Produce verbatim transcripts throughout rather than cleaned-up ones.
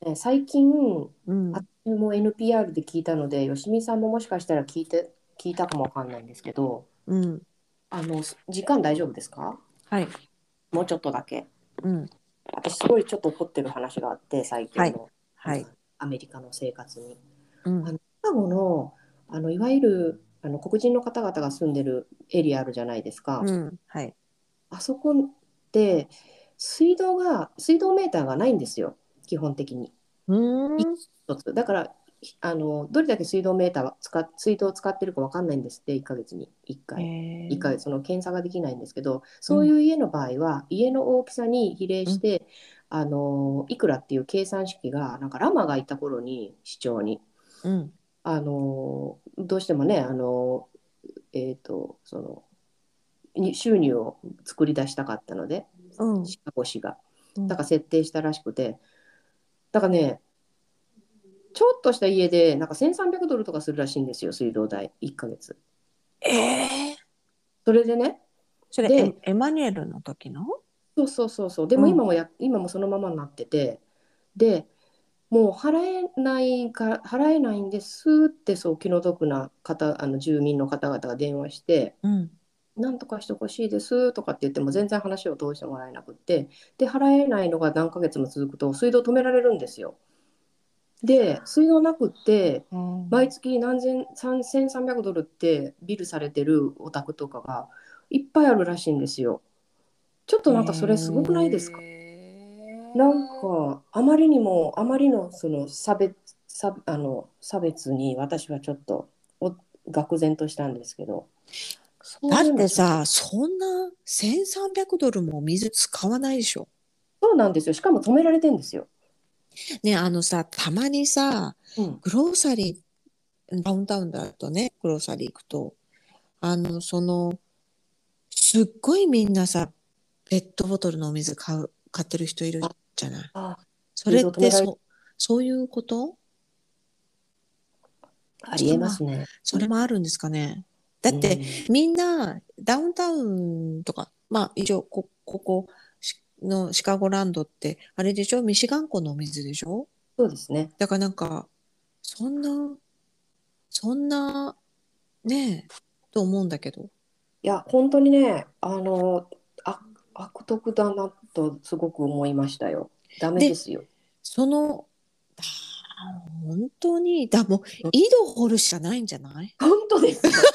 ね、最近、 うん、 私も エヌピーアール で聞いたので、よしみさんももしかしたら聞いて、聞いたかもわかんないんですけど、 うん、 あの、時間大丈夫ですか？ はい、 もうちょっとだけ。 うん、 私、すごいちょっと怒ってる話があって、最はい、 近の、あのはい、 アメリカの生活に。 うん、 あの、シカゴの、あの、いわゆるあの黒人の方々が住んでるエリアあるじゃないですか。 うん、はい。 あそこって水道が、水道メーターがないんですよ、基本的に。 うーん、 一つだからあのどれだけ水道メーターは使っ水道を使ってるか分かんないんですって。いっかげつに1 へ回いっかげつえ、 その検査ができないんですけど、 うん、 そういう家の場合は家の大きさに比例うん、 してあのいくらっていう計算式が、なんかラマがいた頃に市長にうん、 あのどうしてもね、あの、えーと、そのに収入を作り出したかったので、 うん、 シカゴ市がうん。 だから設定したらしくて、だからね、ちょっとした家でなんかせんさんびゃくドルとかするらしいんですよ、水道代いっかげつ。 ええ、 それでね、 それエ、 で、 エマニュエルの時の。 そうそうそうそう、でうん、 も今もや、今もそのままになってて、で、もう払えないか、払えないんですって、そう気の毒な方、あの住民の方々が電話して、 うん、 なんとかしてほしいですとかって言っても全然話を通してもらえなくって、で、払えないのが何ヶ月も続くと、水道止められるんですよ。で、水道なくって、 うん、 毎月何千、せんさんびゃくドルってビルされてるお宅とかがいっぱいあるらしいんですよ。ちょっとなんかそれすごくないですか？なんか、あまりにも、あまりのその差別、差、あの、差別に私はちょっとお愕然としたんですけど、そうだっいうのちょっと、 てさ、そんなせんさんびゃくドルも水使わないでしょ。 そうなんですよ。しかも止められてんですよ。 ね、あのさ、たまにさ、 うん。 グローサリー、ダウンタウンだとね、グローサリー行くと、あの、その、すっごいみんなさ、ペットボトルのお水買う、買ってる人いるあ、 じゃない。 あ、 それっ水道止められ、 てそ、そういうこと？ ありそれも、 えますね。 それもあるんですかね。だうってん。 みんなダウンタウンとか、まあ一応こ、ここしのシカゴランドってあれでしょ、ミシガン湖のお水でしょ。 そうですね。 だからなんか、そんな、そんな、ねえ、と思うんだけど。 いや、本当にね、あの、あ、悪徳だなとすごく思いましたよ。ダメでで、 すよ。 その、だ本当に、だ、もう、 うん、 井戸掘るしかないんじゃない？ 本当ですよ。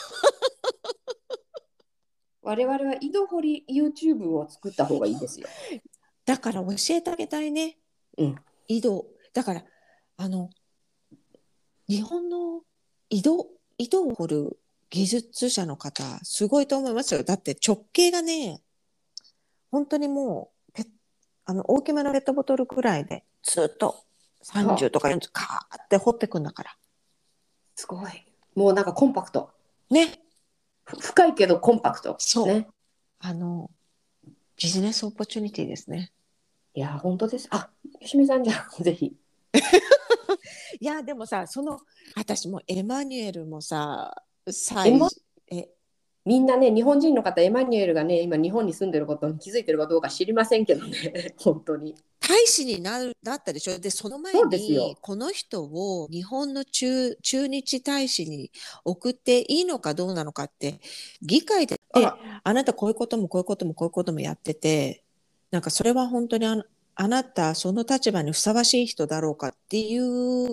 我々は井戸掘り YouTube を作った方がいいですよ。 だから教えてあげたいね。 うん。 井戸。だから、あの、日本の井戸、井戸を掘る技術者の方、すごいと思いますよ。だって直径がね、本当にもう、ペッあの、大きめのペットボトルくらいで、ずっとはあ、 さんじゅうとかよんじゅう、カーって掘ってくんだから。 すごい。もうなんかコンパクト。 ね。 ふ深いけどコンパクト。 そう。 ね。 あの、ビジネスオポチュニティですね。 いや、本当です。あ、よしみさんじゃあ、ぜひ。 いや、でもさ、その、私もエマニュエルもさ、最、 エマ、 え、 みんなね、日本人の方、エマニュエルがね、今日本に住んでることに気づいてるかどうか知りませんけどね、本当に。 大使になる、なったでしょ。で、その前そうですに、 よ。 この人を日本の駐、駐日大使に送っていいのかどうなのかって、議会で、で、 あら、 あなたこういうこともこういうこともこういうこともやってて、なんかそれは本当にあの、あなた、その立場にふさわしい人だろうかっていう、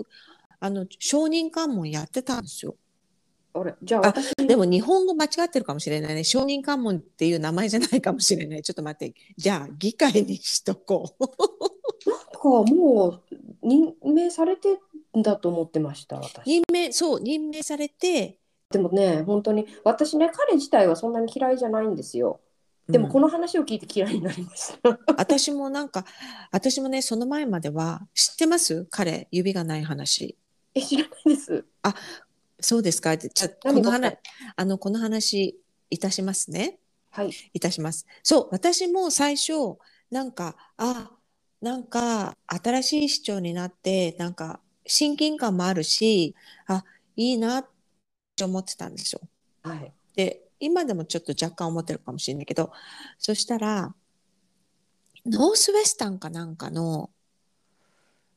あの、承認喚問やってたんですよ。 あれ、じゃああ、 私、 でも日本語間違ってるかもしれないね。承認喚問っていう名前じゃないかもしれない。ちょっと待って。じゃあ、議会にしとこう。 なんかもう任命されてんだと思ってました、私。 任命、そう、任命されて、 でもね、本当に、私ね、彼自体はそんなに嫌いじゃないんですよ。でも、こうん。 の話を聞いて嫌いになりました。 私もなんか、私もね、その前までは、知ってます？彼、指がない話。 え、知らないです。 あ、そうですか。じゃあ、この話、 何が起きたの？ あの、この話いたしますね。 はい。 いたします。そう、私も最初、なんか、あ、なんか、新しい市長になって、なんか、親近感もあるし、あ、いいなって思ってたんですよ。 はい。 で、今でもちょっと若干思ってるかもしれないけど、そしたら、ノースウェスタンかなんかの、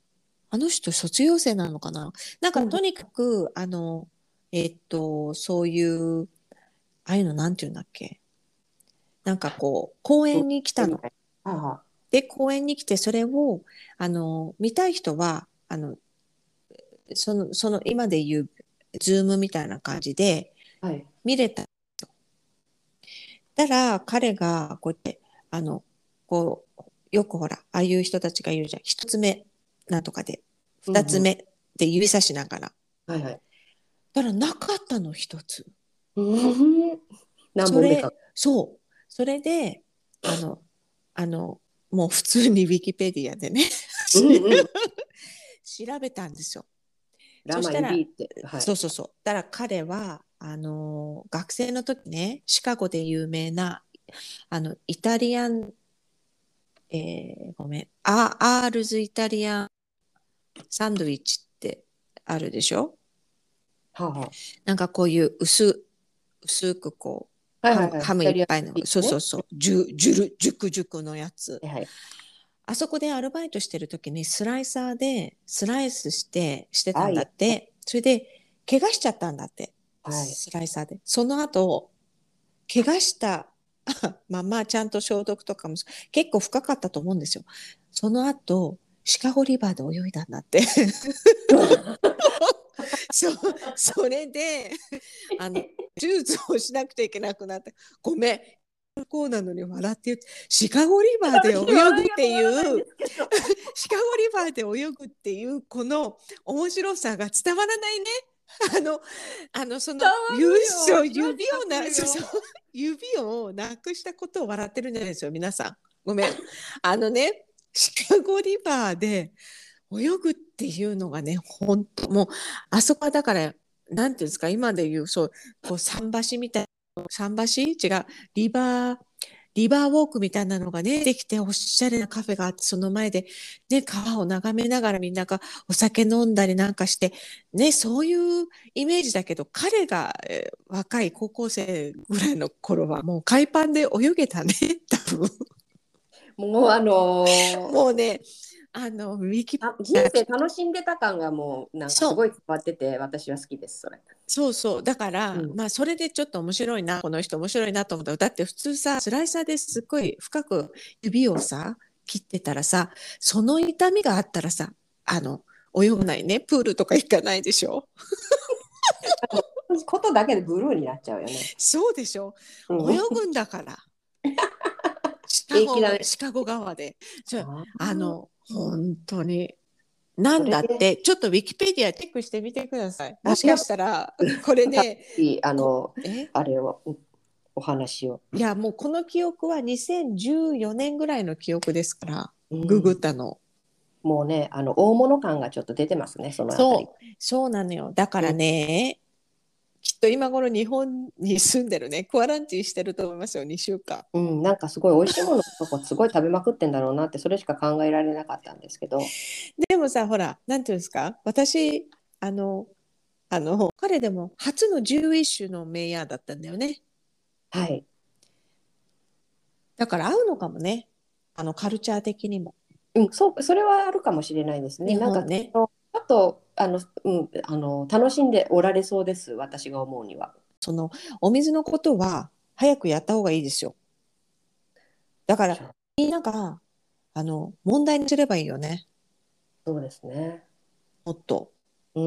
あの人卒業生なのかな。なんうん。 かとにかく、あの、えっと、そういう、ああいうのなんていうんだっけ。なんかこう、公園に来たの。 みたいな。はあはで、公園に来て、それを、あの、見たい人は、あの、その、その、今で言う、ズームみたいな感じであ。はい。 見れた。たら、彼が、こうやって、あの、こう、よくほら、ああいう人たちが言うじゃん。一つ目、なんとかで、 うんうん。 二つ目で指差しながら。 はいはい。 たら、なかったの、一つ。 うん。何本目か。 それ、そう。それで、あの、あの、もう普通にウィキペディアでね、 うんうん。 調べたんですよ。そラマしたら、 指って。はい。 そうそうそう。だから彼は、あの、学生の時ね、シカゴで有名な、あの、イタリアン、えーごめん、アアールズイタリアンサンドイッチってあるでしょ。 はあはなんかこういう薄、薄くこう、 あ。はいハム、 はいはい。 ハムいイタリアンっぱいの、 ビーフね。 そうそうそう、ジュ、ジュル、ジュクジュクのやつ。 はいはい。 あそこでアルバイトしてる時にスライサーでスライスして、してたんあ、いや。 だって。それで、怪我しちゃったんだって。 はい。 スライサーで。その後、怪我したままちゃんと消毒とかも結構深かったと思うんですよ。その後、シカゴリバーで泳いだんだって。そ、それで、あの、手術をしなくちゃいけなくなって、ごめん。こうなのに笑って言って、シカゴリバーで私、 泳ぐっ笑いが止ていう、 まらないんですけど。 シカゴリバーで泳ぐっていう、この面白さが伝わらないね。あの、あの、その、 伝わ優るよ。 勝、 じわじわ指をな、そうそう、 くるよ。 指をなくしたことを笑ってるんじゃないですよ、皆さん。ごめん。あのね、シカゴリバーで泳ぐっていうのがね、本当もう、あそこはだから、なんていうんですか、今で言う、そう、こう、桟橋みたいな、桟橋違う、リバー、リバーウォークみたいなのがね、できて、おしゃれなカフェがあって、その前で、ね、川を眺めながらみんながお酒飲んだりなんかして、ね、そういうイメージだけど、彼が、えー若い高校生ぐらいの頃は、もう海パンで泳げたね、多分。 もうあのーもうね、あの、ウィキ、 あ、人生楽しんでた感がもうなんかそう、 すごい伝わってて、私は好きです、それ。 そうそう。だから、 うん。 まあ、それでちょっと面白いな、この人面白いなと思った。だって普通さ、スライサーですっごい深く指をさ、切ってたらさ、その痛みがあったらさ、あの、泳がないね。プールとか行かないでしょ。 あのことだけでブルーになっちゃうよね。 そうでしょ。 うん。 泳ぐんだから。シカゴ、 平気だね。 シカゴ川で。ちょ、 ああ、 あの、本当に。なんそれで、 だって、ちょっとウィキペディアチェックしてみてください。もあ、いや、 しかしたら、これ楽で、 しい、あこ、 の、 えあれを、お話を。 いや、もうこの記憶はにせんじゅうよねんぐらいの記憶ですから、ググっうん。 たの。 もうね、あの、大物感がちょっと出てますね、そのあたり。 そう、そうなのよ。だからうん。 ね、きっと今頃日本に住んでるね、クアランティーしてると思いますよ、にしゅうかん。 うん、なんかすごい美味しいものとかすごい食べまくってんだろうなって、それしか考えられなかったんですけど。 でもさ、ほら、なんていうんですか、私、あの、あの、彼でも初のじゅういっ種のメイヤーだったんだよね。 はい。 だから合うのかもね。あの、カルチャー的にも。 うん、そう、それはあるかもしれないですね。 日なんか、 本ね。 あのちょっと、あの、うん、あの、楽しんでおられそうです、私が思うには。 その、お水のことは早くやった方がいいですよ。だから、 そうみんなが、あの、問題にすればいいよね。 そうですね。 もっと。 うん。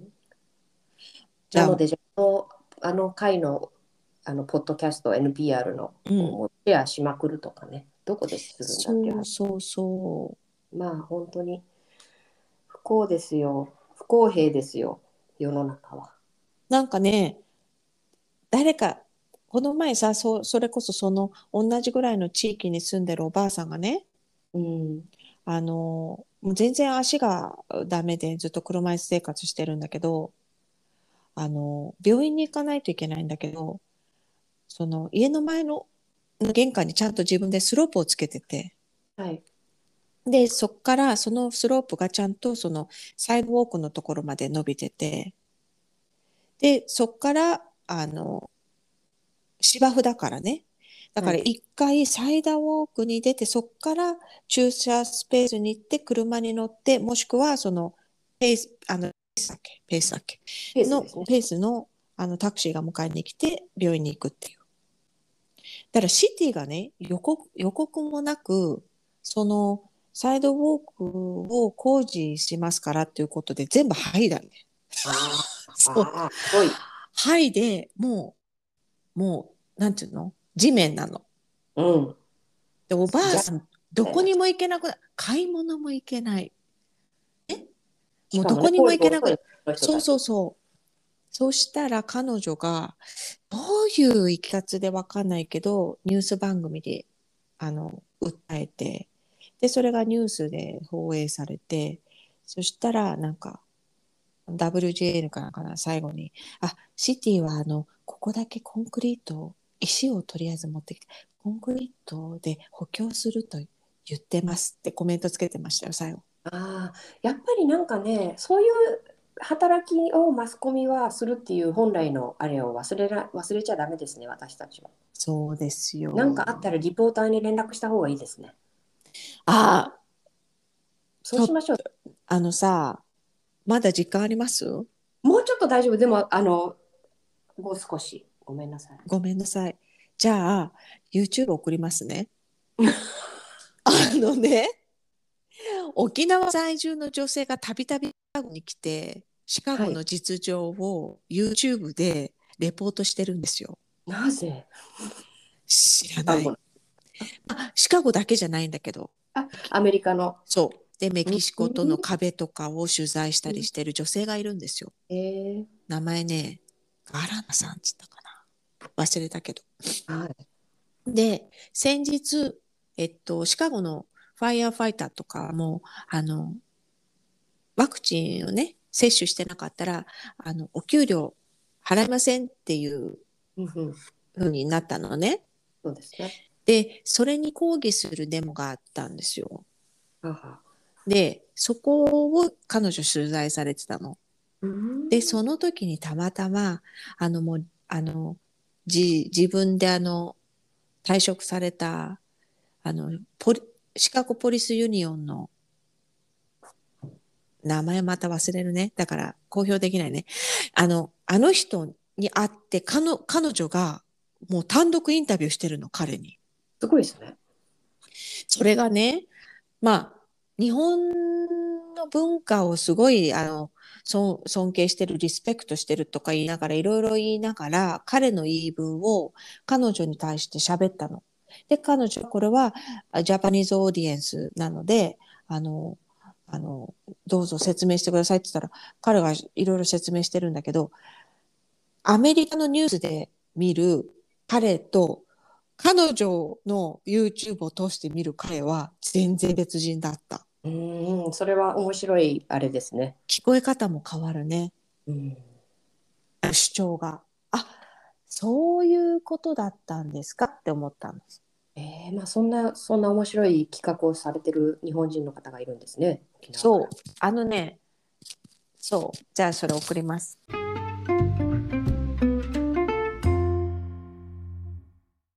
じゃあ、 なので、じゃあ、あの、あの回の、あの、ポッドキャスト エヌピーアール の、 うん。 もうシェアしまくるとかね、どこでするんだっていう話。 そうそうそう。 まあ、本当に不幸ですよ。不公平ですよ、世の中は。 なんかね、誰か、この前さ、そ、それこそその同じぐらいの地域に住んでるおばあさんがね、 うん。 あの、もう全然足がダメでずっと車椅子生活してるんだけど、あの、病院に行かないといけないんだけど、その家の前の玄関にちゃんと自分でスロープをつけてて、 はい。 で、そっからそのスロープがちゃんとそのサイドウォークのところまで伸びてて、で、そっから、あの、芝生だからね。 だからはい。 一回サイダーウォークに出て、そこから駐車スペースに行って車に乗って、もしくはそのペース、あの、ペースだっけ、ペースだっけの、 ペースですね。 ペースの、あのタクシーが迎えに来て病院に行くっていう。だからシティがね、予告、予告もなく、そのサイドウォークを工事しますからっていうことで全部はいだね。 ああ、 そう。 ああ、すごい。 はいで、もう、もう、なんていうの地面なの。 うん。 で、おばじゃあさん、どこにも行けなくな、買い物も行けない。 しかもね、 もうどこにも工事行けなくな、 が遅いの人そうたち。 そうそう。そうしたら彼女が、どういういきさつでわかんないけど、ニュース番組で、あの、訴えて、で、それがニュースで放映されて、そしたら、なんか、ダブリュージェーエヌ かなんかな、最後に、あ、シティは、あの、ここだけコンクリート、石をとりあえず持ってきて、コンクリートで補強すると言ってますってコメントつけてましたよ、最後。 ああ、やっぱりなんかね、そういう働きをマスコミはするっていう本来のあれを忘れら、忘れちゃダメですね、私たちは。 そうですよ。 なんかあったらリポーターに連絡した方がいいですね。 ああ、ちょっと、 そうしましょう。 あのさ、まだ時間あります？ もうちょっと大丈夫。でも、あの、もう少し。ごめんなさい。 ごめんなさい。じゃあ、YouTube 送りますね。あのね、沖縄在住の女性がたびたびシカゴに来て、シカはい。 ゴの実情を YouTube でレポートしてるんですよ。 なぜ知らない。 シカゴの、 あ、シカゴだけじゃないんだけど。 あ、アメリカの。 そう。で、メうん、 キシコとの壁とかを取材したりしてる女性がいるんですよ。 え名前ね、ガラナさんっつったかな。忘れたけど。 ー、はい。 で、先日、えっと、シカゴのファイヤーファイターとかも、あの、ワクチンをね、接種してなかったら、あの、お給料払いませんっていううんうん、 風になったのね。 そうですね。 で、それに抗議するデモがあったんですよ。 母。 で、そこを彼女取材されてたの。 うで、 ん。 その時にたまたま、あの、もう、あの、じ、自分であの、退職された、あの、ポリ、シカゴポリスユニオンの名前また忘れるね。だから公表できないね。あの、あの人に会って、彼の、彼女がもう単独インタビューしてるの、彼に。 すごいですね。 それがね、まあ、日本の文化をすごい、あの、尊尊敬してる、リスペクトしてるとか言いながら、いろいろ言いながら、彼の言い分を彼女に対して喋ったの。で、彼女はこれはジャパニーズオーディエンスなので、あの、あの、どうぞ説明してくださいって言ったら、彼がいろいろ説明してるんだけど、アメリカのニュースで見る彼と、彼女の YouTube を通して見る彼は全然別人だった。 うん、それは面白いあれですね。 聞こえ方も変わるね。 うん。 主張が。あ、そういうことだったんですかって思ったんです。 えー、まあそんな、そんな面白い企画をされてる日本人の方がいるんですね、沖縄かそう。 ら。 あのね、そう。じゃあそれ送ります。